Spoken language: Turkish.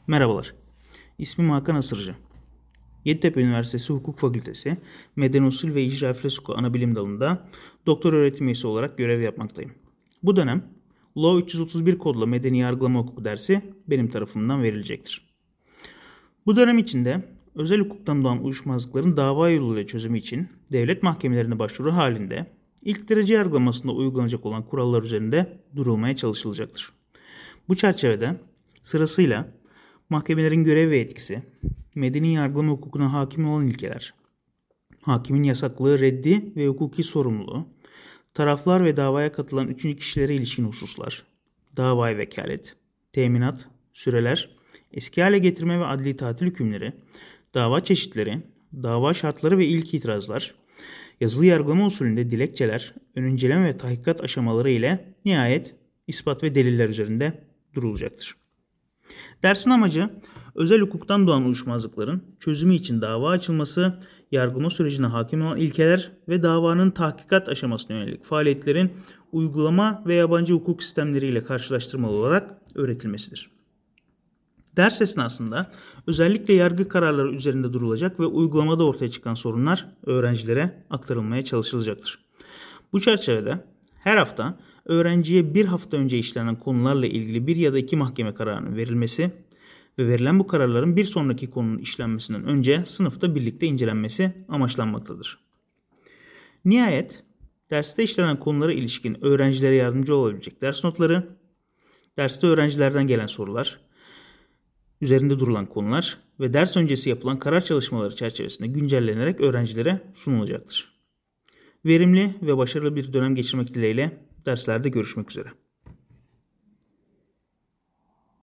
Merhabalar, ismim Hakan Asırcı. Yeditepe Üniversitesi Hukuk Fakültesi Medeni Usul ve İcra İflas Hukuku Anabilim Dalı'nda doktor öğretim üyesi olarak görev yapmaktayım. Bu dönem Law 331 kodla Medeni Yargılama Hukuku dersi benim tarafımdan verilecektir. Bu dönem içinde özel hukuktan doğan uyuşmazlıkların dava yoluyla çözümü için devlet mahkemelerine başvuru halinde ilk derece yargılamasında uygulanacak olan kurallar üzerinde durulmaya çalışılacaktır. Bu çerçevede sırasıyla mahkemelerin görev ve etkisi, medeni yargılama hukukuna hakim olan ilkeler, hakimin yasaklığı, reddi ve hukuki sorumluluğu, taraflar ve davaya katılan üçüncü kişilere ilişkin hususlar, davaya vekalet, teminat, süreler, eski hale getirme ve adli tatil hükümleri, dava çeşitleri, dava şartları ve ilk itirazlar, yazılı yargılama usulünde dilekçeler, önünceleme ve tahkikat aşamaları ile nihayet ispat ve deliller üzerinde durulacaktır. Dersin amacı özel hukuktan doğan uyuşmazlıkların çözümü için dava açılması, yargılama sürecine hakim olan ilkeler ve davanın tahkikat aşamasına yönelik faaliyetlerin uygulama ve yabancı hukuk sistemleriyle karşılaştırmalı olarak öğretilmesidir. Ders esnasında özellikle yargı kararları üzerinde durulacak ve uygulamada ortaya çıkan sorunlar öğrencilere aktarılmaya çalışılacaktır. Bu çerçevede her hafta öğrenciye bir hafta önce işlenen konularla ilgili bir ya da iki mahkeme kararının verilmesi ve verilen bu kararların bir sonraki konunun işlenmesinden önce sınıfta birlikte incelenmesi amaçlanmaktadır. Nihayet derste işlenen konulara ilişkin öğrencilere yardımcı olabilecek ders notları, derste öğrencilerden gelen sorular, üzerinde durulan konular ve ders öncesi yapılan karar çalışmaları çerçevesinde güncellenerek öğrencilere sunulacaktır. Verimli ve başarılı bir dönem geçirmek dileğiyle derslerde görüşmek üzere.